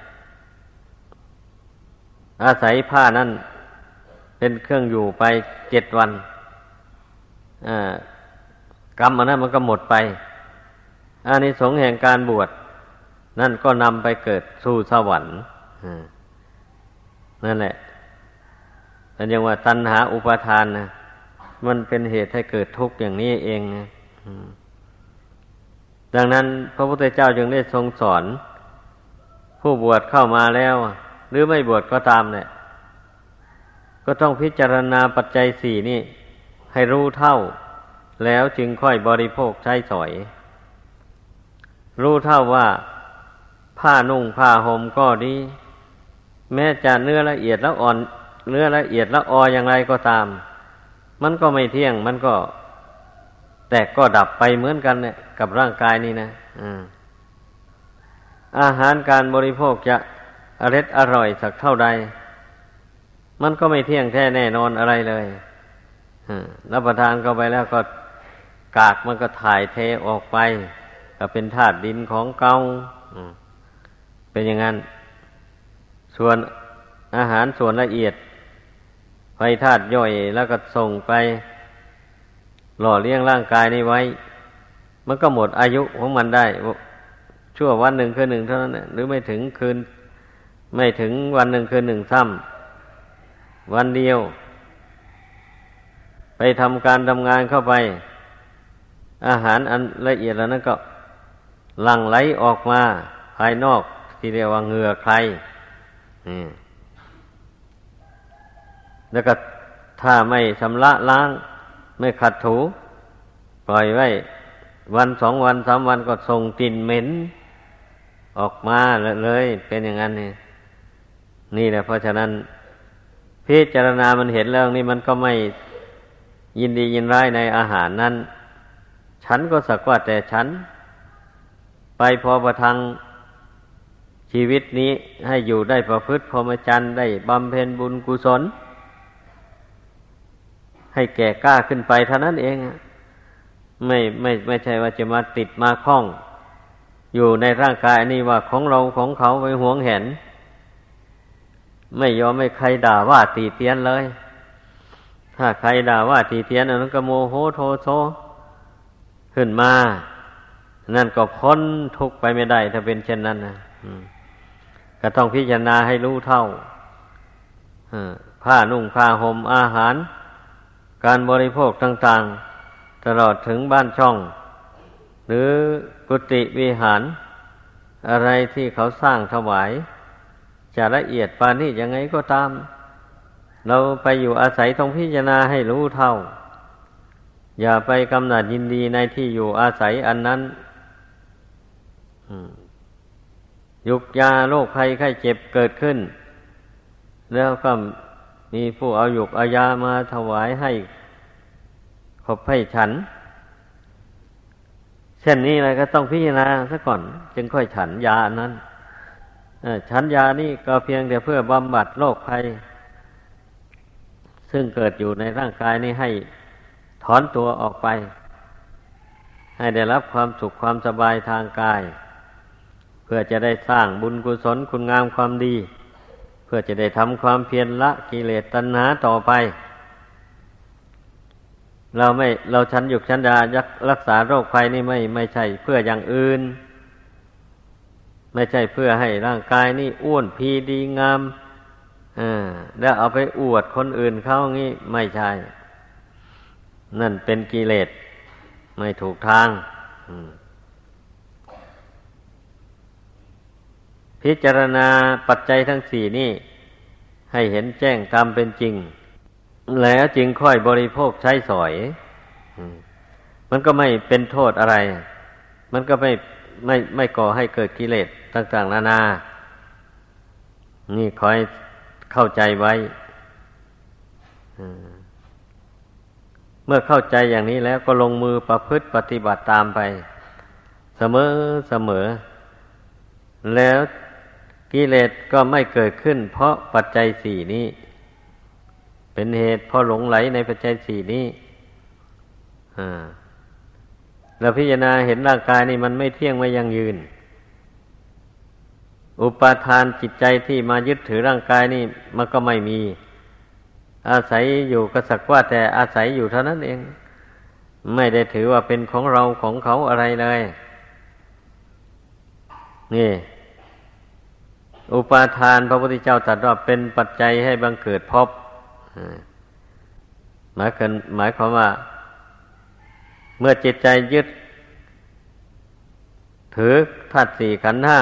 อาศัยผ้านั้นเป็นเครื่องอยู่ไปเจ็ดวันกรรมอันนั้นมันก็หมดไปอานิสงส์แห่งการบวชนั่นก็นำไปเกิดสู่สวรรค์นั่นแหละแต่ยังว่าตัณหาอุปาทานนะมันเป็นเหตุให้เกิดทุกข์อย่างนี้เองนะดังนั้นพระพุทธเจ้าจึงได้ทรงสอนผู้บวชเข้ามาแล้วหรือไม่บวชก็ตามเนี่ยก็ต้องพิจารณาปัจจัยสี่นี่ให้รู้เท่าแล้วจึงค่อยบริโภคใช้สอยรู้เท่าว่าผ้านุ่งผ้าห่มก็ดีแม้จะเนื้อละเอียดละอ่อนเนื้อละเอียดละอออย่างไรก็ตามมันก็ไม่เที่ยงมันก็แตกก็ดับไปเหมือนกันเนี่ยกับร่างกายนี่นะอ่าอาหารการบริโภคจะอร็ดอร่อยสักเท่าใดมันก็ไม่เที่ยงแท้แน่นอนอะไรเลยรับประทานเข้าไปแล้วก็กากมันก็ถ่ายเทออกไปก็เป็นธาตุดินของเก่าเป็นอย่างนั้นส่วนอาหารส่วนละเอียดไฟธาตุย่อยแล้วก็ส่งไปหล่อเลี้ยงร่างกายนี้ไว้มันก็หมดอายุของมันได้ชั่ววันหนึ่งคืนหนึ่งเท่านั้นหรือไม่ถึงคืนไม่ถึงวันหนึ่งคืนหนึ่งซ้ำวันเดียวไปทำการทำงานเข้าไปอาหารอันละเอียดแล้วนั้นก็หลั่งไหลออกมาภายนอกที่เรียกว่าเหงื่อใครแล้วก็ถ้าไม่ชำระล้างไม่ขัดถูปล่อยไว้วันสองวันสามวันก็ส่งกลิ่นเหม็นออกมาเลยเป็นอย่างนั้นนี่นี่แหละเพราะฉะนั้นพิจารณามันเห็นเรื่องนี้มันก็ไม่ยินดียินร้ายในอาหารนั้นฉันก็สักว่าแต่ฉันไปพอประทังชีวิตนี้ให้อยู่ได้ประพฤติพรหมจรรย์ได้บำเพ็ญบุญกุศลให้แก่กล้าขึ้นไปเท่านั้นเองไม่ไม่ไม่ใช่ว่าจะมาติดมาคล้องอยู่ในร่างกายนี้ว่าของเราของเขาไปหวงเห็นไม่ยอมให้ใครด่าว่าตีเตียนเลยถ้าใครด่าว่าตีเตียนอันนั้นก็โมโหโทโสขึ้นมานั่นก็พ้นทุกข์ไปไม่ได้ถ้าเป็นเช่นนั้นนะก็ต้องพิจารณาให้รู้เท่าผ้านุ่งผ้าห่มอาหารการบริโภคต่างๆตลอดถึงบ้านช่องหรือกุฏิวิหารอะไรที่เขาสร้างถวายจะละเอียดปานนี้ยังไงก็ตามเราไปอยู่อาศัยต้องพิจารณาให้รู้เท่าอย่าไปกำหนัดยินดีในที่อยู่อาศัยอันนั้นยุกยาโรคภัยไข้เจ็บเกิดขึ้นแล้วก็มีผู้เอายุกเอายามาถวายให้ขบให้ฉันเช่นนี้อะไรก็ต้องพิจารณาซะก่อนจึงค่อยฉันยานั้นฉันยานี่ก็เพียงแต่เพื่อบำบัดโรคภัยซึ่งเกิดอยู่ในร่างกายนี้ให้ถอนตัวออกไปให้ได้รับความสุขความสบายทางกายเพื่อจะได้สร้างบุญกุศลคุณงามความดีเพื่อจะได้ทำความเพียรละกิเลสตัณหาต่อไปเราไม่เราฉันยุกฉันยารักษาโรคภัยนี่ไม่ไม่ใช่เพื่ออย่างอื่นไม่ใช่เพื่อให้ร่างกายนี่อ้วนพีดีงามอ่าแล้วเอาไปอวดคนอื่นเขางี้ไม่ใช่นั่นเป็นกิเลสไม่ถูกทางพิจารณาปัจจัยทั้งสี่นี่ให้เห็นแจ้งตามเป็นจริงแล้วจึงค่อยบริโภคใช้สอยมันก็ไม่เป็นโทษอะไรมันก็ไม่ไม่ไม่ก่อให้เกิดกิเลสต่างๆนานานี่ขอให้เข้าใจไว้เมื่อเข้าใจอย่างนี้แล้วก็ลงมือประพฤติปฏิบัติตามไปมอเสมอแล้วกิเลสก็ไม่เกิดขึ้นเพราะปัจจัยสี่นี้เป็นเหตุเพราะหลงไหลในปัจจัยสี่นี้อ่าแล้วพิจารณาเห็นร่างกายนี่มันไม่เที่ยงไม่ยั่งยืนอุปาทานจิตใจที่มายึดถือร่างกายนี่มันก็ไม่มีอาศัยอยู่ก็สักว่าแต่อาศัยอยู่เท่านั้นเองไม่ได้ถือว่าเป็นของเราของเขาอะไรเลยนี่อุปาทานพระพุทธเจ้าตรัสว่าเป็นปัจจัยให้บังเกิดภพหมายถึงหมายความว่าเมื่อจิตใจยึดถือธาตุสี่ขันธ์ห้า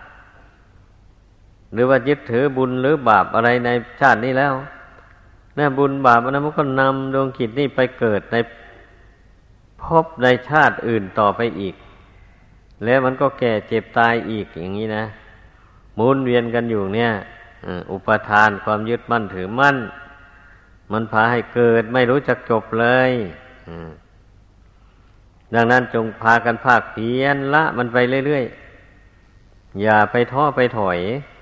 หรือว่ายึดถือบุญหรือบาปอะไรในชาตินี้แล้วนั่นบุญบาปอันนั้นมันก็นำดวงจิตนี่ไปเกิดในภพในชาติอื่นต่อไปอีกแล้วมันก็แก่เจ็บตายอีกอย่างนี้นะหมุนเวียนกันอยู่เนี่ยอุปทานความยึดมั่นถือมั่นมันพาให้เกิดไม่รู้จักจบเลยดังนั้นจงพากันภาคเพียรละมันไปเรื่อยๆอย่าไปท้อไปถอย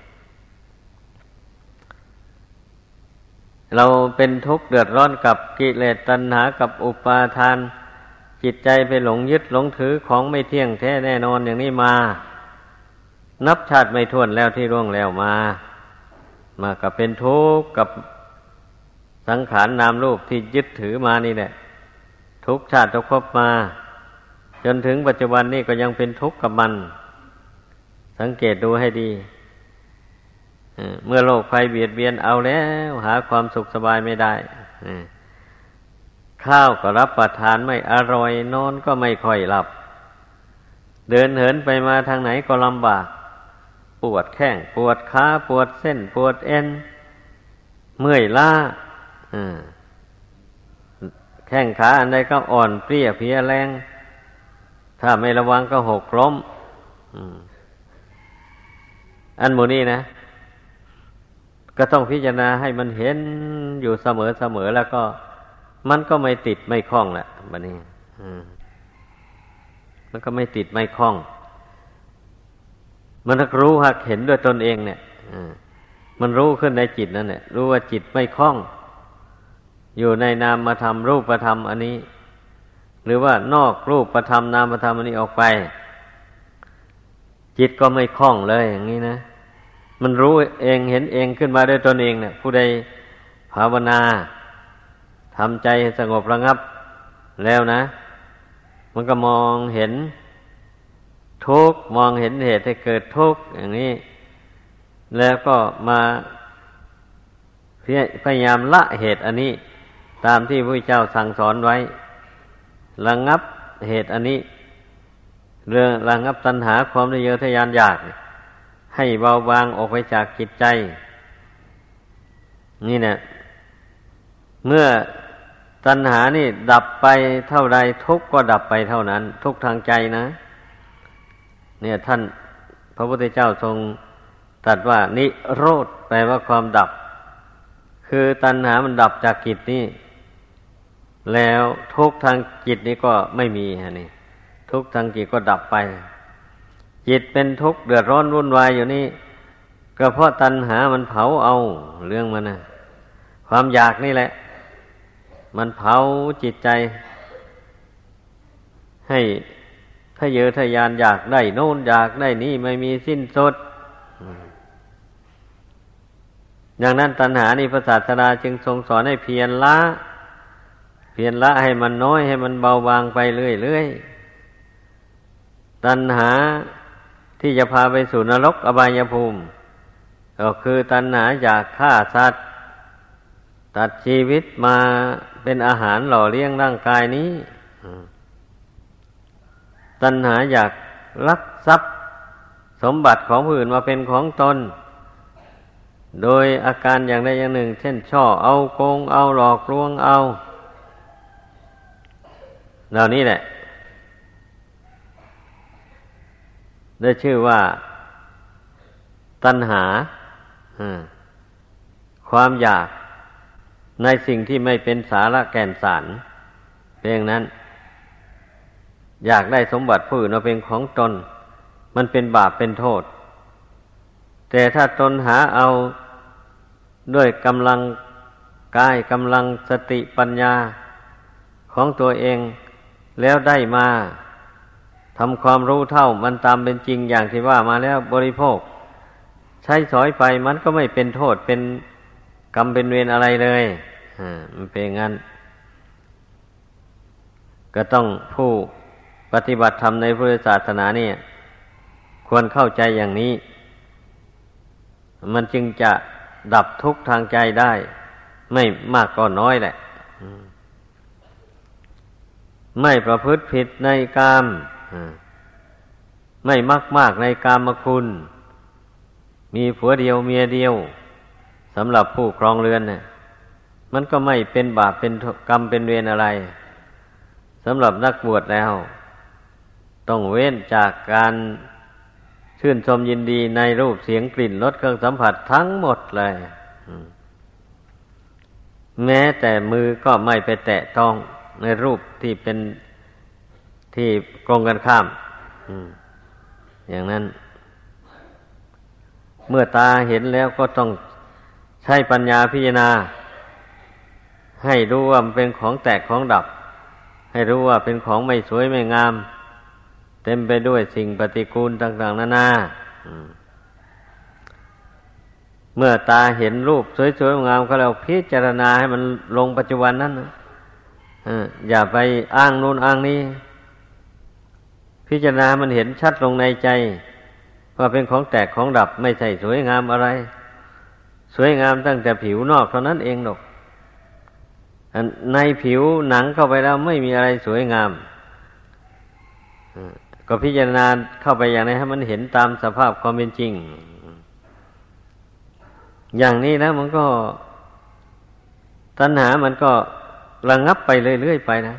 เราเป็นทุกข์เดือดร้อนกับกิเลสตัณหากับอุปาทานจิตใจไปหลงยึดหลงถือของไม่เที่ยงแท้แน่นอนอย่างนี้มานับชาติไม่ถ้วนแล้วที่ร่วงแล้วมามาก็เป็นทุกข์กับสังขารนามรูปที่ยึดถือมานี่แหละทุกชาติทุกภพมาจนถึงปัจจุบันนี้ก็ยังเป็นทุกข์กับมันสังเกตดูให้ดีเมื่อโรคภัยเบียดเบียนเอาแล้วหาความสุขสบายไม่ได้ข้าวก็รับประทานไม่อร่อยนอนก็ไม่ค่อยหลับเดินเหินไปมาทางไหนก็ลำบากปวดแข้งปวดขาปวดเส้นปวดเอ็นเมื่อยล้าแข้งขาอันใดก็อ่อนเปรี้ยเพลียแรงถ้าไม่ระวังก็หกล้มอันหมู่นี้นะก็ต้องพิจารณาให้มันเห็นอยู่เสมอเสมอแล้วก็มันก็ไม่ติดไม่คล้องแหละบัดนี้มันก็ไม่ติดไม่คล้องมันรู้หักเห็นด้วยตนเองเนี่ยมันรู้ขึ้นในจิตนั่นแหละรู้ว่าจิตไม่คล้องอยู่ในนามธรรมรูปธรรมอันนี้หรือว่านอกรูปธรรมนามธรรมอันนี้ออกไปจิตก็ไม่คล้องเลยอย่างนี้นะมันรู้เองเห็นเองขึ้นมาด้วยตนเองเนี่ยผู้ใดภาวนาทำใจสงบระงับแล้วนะมันก็มองเห็นทุกข์มองเห็นเหตุให้เกิดทุกข์อย่างนี้แล้วก็มาพยายามละเหตุอันนี้ตามที่พระพุทธเจ้าสั่งสอนไว้ระงับเหตุอันนี้เรื่องระงับตัณหาความทะเยอทะยานอยากให้เบาบางออกไปจากจิตใจนี่เนี่ยเมื่อตัณหานี่ดับไปเท่าใดทุกข์ก็ดับไปเท่านั้นทุกข์ทางใจนะเนี่ยท่านพระพุทธเจ้าทรงตรัสว่านิโรธแปลว่าความดับคือตัณหามันดับจากจิตนี่แล้วทุกข์ทางจิตนี้ก็ไม่มีฮะนี่ทุกข์ทางจิตก็ดับไปจิตเป็นทุกข์เดือดร้อนวุ่นวายอยู่นี่ก็เพราะตัณหามันเผาเอาเรื่องมันนะความอยากนี่แหละมันเผาจิตใจให้ทะเยอทะยานอยากได้โน่นอยากได้นี่ไม่มีสิ้นสุดอย่างนั้นตัณหานี่พระศาสดาจึงทรงสอนให้เพียรละเพียรละให้มันน้อยให้มันเบาบางไปเรื่อยๆตัณหาที่จะพาไปสู่นรกอบายภูมิก็คือตัณหาอยากฆ่าสัตว์ตัดชีวิตมาเป็นอาหารหล่อเลี้ยงร่างกายนี้ตัณหาอยากลักทรัพย์สมบัติของผู้อื่นมาเป็นของตนโดยอาการอย่างใดอย่างหนึ่งเช่นช่อเอาโกงเอาหลอกลวงเอาเหล่านี้แหละได้ชื่อว่าตัณหาความอยากในสิ่งที่ไม่เป็นสาระแก่นสารเป็นอย่างนั้นอยากได้สมบัติผู้อื่นมาเป็นของตนมันเป็นบาปเป็นโทษแต่ถ้าตนหาเอาด้วยกำลังกายกำลังสติปัญญาของตัวเองแล้วได้มาทำความรู้เท่ามันตามเป็นจริงอย่างที่ว่ามาแล้วบริโภคใช้สอยไปมันก็ไม่เป็นโทษเป็นกรรมเป็นเวรอะไรเลยอ่ามันเป็นงั้นก็ต้องผู้ปฏิบัติธรรมในพุทธศาสนาเนี่ยควรเข้าใจอย่างนี้มันจึงจะดับทุกข์ทางใจได้ไม่มากก็น้อยแหละไม่ประพฤติผิดในกามไม่มักมากในกามคุณมีผัวเดียวเมียเดียวสำหรับผู้ครองเรือนเนี่ยมันก็ไม่เป็นบาปเป็นกรรมเป็นเวรอะไรสำหรับนักบวชแล้วต้องเว้นจากการชื่นชมยินดีในรูปเสียงกลิ่นรสเครื่องสัมผัสทั้งหมดเลยแม้แต่มือก็ไม่ไปแตะต้องในรูปที่เป็นที่ตรงกันข้ามอย่างนั้นเมื่อตาเห็นแล้วก็ต้องใช้ปัญญาพิจารณาให้รู้ว่ามันเป็นของแตกของดับให้รู้ว่าเป็นของไม่สวยไม่งามเต็มไปด้วยสิ่งปฏิกูลต่างๆนานาเมื่อตาเห็นรูปสวยๆงามก็แล้วพิจารณาให้มันลงปัจจุบันนั้นนะอย่าไปอ้างนู่นอ้างนี้พิจารณามันเห็นชัดลงในใจว่าเป็นของแตกของดับไม่ใช่สวยงามอะไรสวยงามตั้งแต่ผิวนอกเท่านั้นเองหรอกในผิวหนังเข้าไปแล้วไม่มีอะไรสวยงามก็พิจารณาเข้าไปอย่างนี้ให้มันเห็นตามสภาพความเป็นจริงอย่างนี้แล้วมันก็ตัณหามันก็ระงับไปเรื่อยๆไปนะ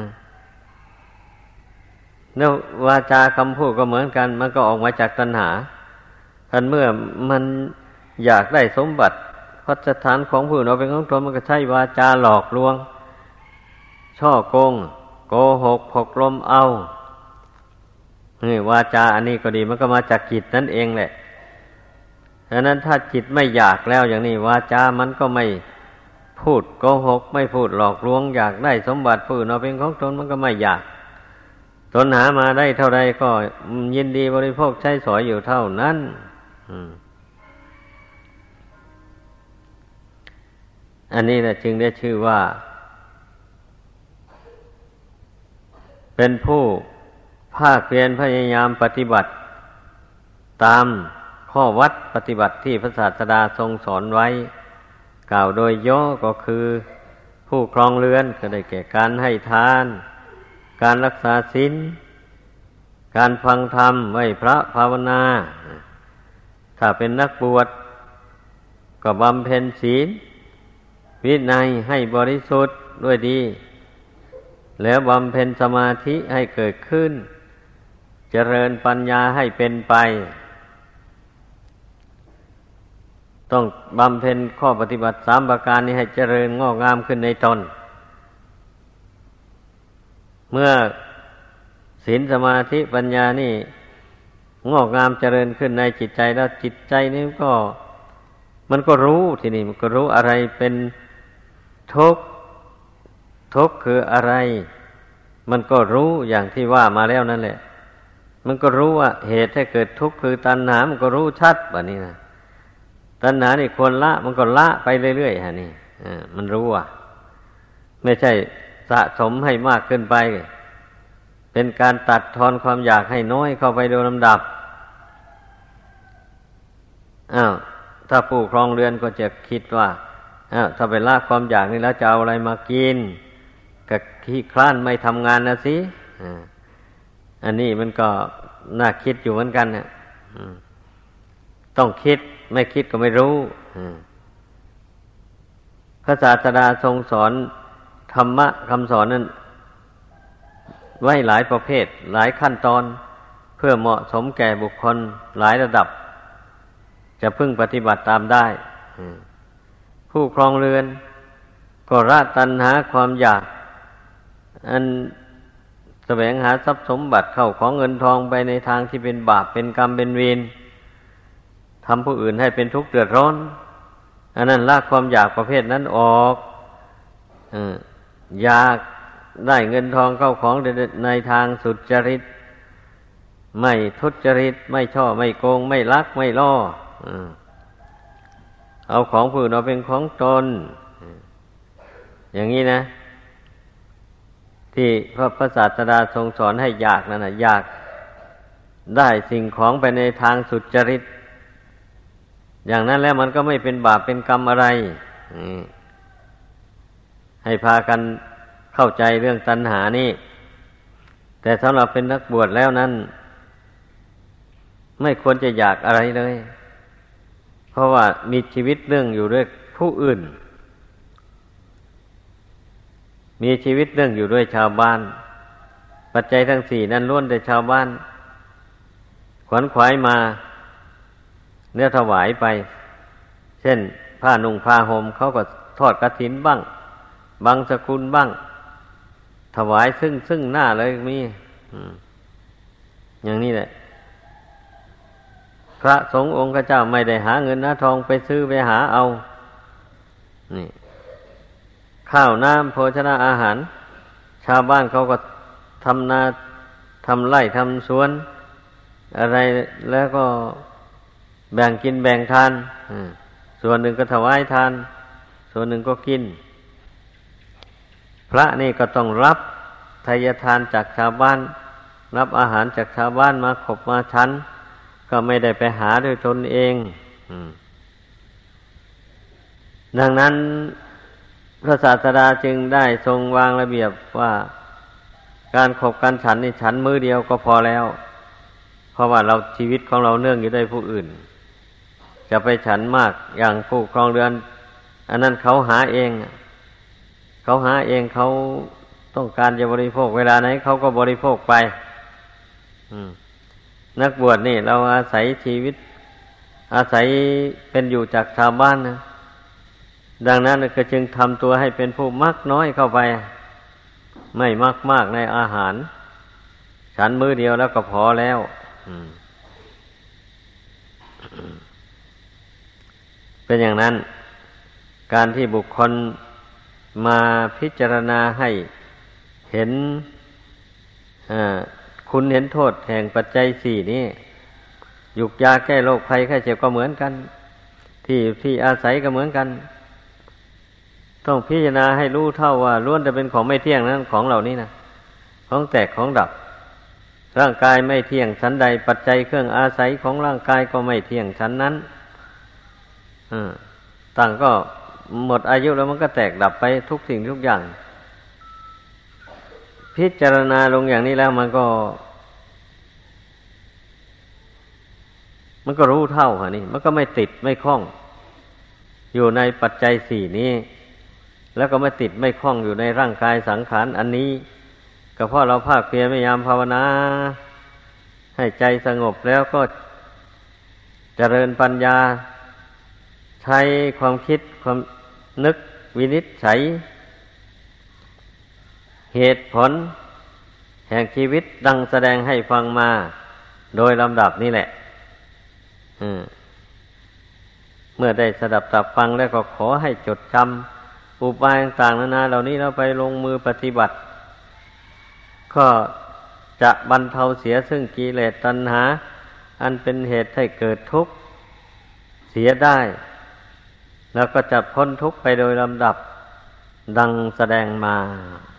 แล้ววาจาคำพูดก็เหมือนกันมันก็ออกมาจากตัณหาท่านเมื่อมันอยากได้สมบัติพัสถานของผู้อื่นเอาเป็นของตนมันก็ใช้วาจาหลอกลวงช่อโกงโกหกผกลมเอานี่วาจาอันนี้ก็ดีมันก็มาจากจิตนั่นเองแหละฉะนั้นถ้าจิตไม่อยากแล้วอย่างนี้วาจามันก็ไม่พูดโกหกไม่พูดหลอกลวงอยากได้สมบัติผู้อื่นเอาเป็นของตนมันก็ไม่อยากตนหามาได้เท่าใดก็ยินดีบริโภคใช้สอยอยู่เท่านั้นอันนี้แหละจึงได้ชื่อว่าเป็นผู้ภาคเพียรพยายามปฏิบัติตามข้อวัดปฏิบัติที่พระศาสดาทรงสอนไว้กล่าวโดยย่อก็คือผู้ครองเรือนก็ได้แก่การให้ทานการรักษาศีลการฟังธรรมไหว้พระภาวนาถ้าเป็นนักบวชก็บำเพ็ญศีลวินัยให้บริสุทธิ์ด้วยดีแล้วบำเพ็ญสมาธิให้เกิดขึ้นเจริญปัญญาให้เป็นไปต้องบำเพ็ญข้อปฏิบัติสามประการนี้ให้เจริญงอกงามขึ้นในตนเมื่อศีลสมาธิปัญญานี่งอกงามเจริญขึ้นในจิตใจแล้วจิตใจนี่ก็มันก็รู้ทีนี้มันก็รู้อะไรเป็นทุกข์ทุกข์คืออะไรมันก็รู้อย่างที่ว่ามาแล้วนั่นแหละมันก็รู้ว่าเหตุให้เกิดทุกข์คือตัณหามันก็รู้ชัดแบบนี้นะตัณหานี่ควรละมันก็ละไปเรื่อยๆฮะนี่อ่ามันรู้ว่าไม่ใช่สะสมให้มากขึ้นไปเป็นการตัดทอนความอยากให้น้อยเข้าไปโดยลำดับอ้าวถ้าผู้ครองเรือนก็จะคิดว่าอ้าวถ้าไปละความอยากนี่แล้วจะเอาอะไรมากินก็ขี้คลานไม่ทำงานนะสิอ่าอันนี้มันก็น่าคิดอยู่เหมือนกันเนี่ยต้องคิดไม่คิดก็ไม่รู้พระศาสดาทรงสอนธรรมะคำสอนนั้นไว้หลายประเภทหลายขั้นตอนเพื่อเหมาะสมแก่บุคคลหลายระดับจะพึงปฏิบัติตามได้ผู้ครองเรือนก็ละตัณหาความอยากอันแสวงหาทรัพย์สมบัติเข้าของเงินทองไปในทางที่เป็นบาปเป็นกรรมเป็นเวรทำผู้อื่นให้เป็นทุกข์เดือดร้อนอันนั้นละความอยากประเภทนั้นออกอยากได้เงินทองเข้าของในทางสุจริตไม่ทุจริตไม่ช่อไม่โกงไม่ลักไม่ล่อเอาของผู้อื่นเอาเป็นของตนอย่างนี้นะที่พระพระศาสดาทรงสอนให้อยากนั่นนะอยากได้สิ่งของไปในทางสุจริตอย่างนั้นแล้วมันก็ไม่เป็นบาปเป็นกรรมอะไรให้พากันเข้าใจเรื่องตัณหานี่แต่สำหรับเป็นนักบวชแล้วนั้นไม่ควรจะอยากอะไรเลยเพราะว่ามีชีวิตเรื่องอยู่ด้วยผู้อื่นมีชีวิตเรื่องอยู่ด้วยชาวบ้านปัจจัยทั้งสี่นั้นล้วนแต่ชาวบ้านขวนขวายมาเนื้อถวายไปเช่นผ้านุ่งผ้าห่มเขาก็ทอดกฐินบ้างบังสกุลบ้างถวายซึ่งซึ่งหน้าเลยมีอย่างนี้แหละพระสงฆ์องค์เจ้าไม่ได้หาเงินหาทองไปซื้อไปหาเอานี่ข้าวน้ำโภชนาอาหารชาวบ้านเขาก็ทำนาทำไร่ทำสวนอะไรแล้วก็แบ่งกินแบ่งทานส่วนหนึ่งก็ถวายทานส่วนหนึ่งก็กินพระนี่ก็ต้องรับทายทานจากชาวบ้านรับอาหารจากชาวบ้านมาขบมาฉันก็ไม่ได้ไปหาด้วยตนเองดังนั้นพระศาสดาจึงได้ทรงวางระเบียบว่าการขบการฉันนี่ฉันมื้อเดียวก็พอแล้วเพราะว่าเราชีวิตของเราเนื่องอยู่ด้วยผู้อื่นจะไปฉันมากอย่างผู้ครองเรือนอันนั้นเขาหาเองเขาหาเองเขาต้องการจะบริโภคเวลาไหนเขาก็บริโภคไปนักบวชนี่เราอาศัยชีวิตอาศัยเป็นอยู่จากชาวบ้านนะดังนั้นก็จึงทำตัวให้เป็นผู้มักน้อยเข้าไปไม่มากมากในอาหารฉันมื้อเดียวแล้วก็พอแล้วเป็นอย่างนั้นการที่บุคคลมาพิจารณาให้เห็นคุณเห็นโทษแห่งปัจจัยสี่นี้ยุกยาแก้โรคภัยไข้เจ็บก็เหมือนกันที่ที่อาศัยก็เหมือนกันต้องพิจารณาให้รู้เท่าว่าล้วนแต่เป็นของไม่เที่ยงนั้นของเหล่านี้นะของแตกของดับร่างกายไม่เที่ยงชั้นใดปัจจัยเครื่องอาศัยของร่างกายก็ไม่เที่ยงชั้นนั้นต่างก็หมดอายุแล้วมันก็แตกดับไปทุกสิ่งทุกอย่างพิจารณาลงอย่างนี้แล้วมันก็มันก็รู้เท่าค่ะนี่มันก็ไม่ติดไม่คล้องอยู่ในปัจจัยสี่นี้แล้วก็ไม่ติดไม่คล้องอยู่ในร่างกายสังขารอันนี้ก็เพราะเราภาคเพียรพยายามภาวนาให้ใจสงบแล้วก็เจริญปัญญาใช้ความคิดความนึกวินิจฉัยเหตุผลแห่งชีวิตดังแสดงให้ฟังมาโดยลำดับนี่แหละเมื่อได้สดับตับฟังแล้วก็ขอให้จดจำอุบายต่างๆนานาเหล่านี้แล้วไปลงมือปฏิบัติก็จะบรรเทาเสียซึ่งกิเลสตัณหาอันเป็นเหตุให้เกิดทุกข์เสียได้แล้วก็จะพ้นทุกข์ไปโดยลำดับดังแสดงมา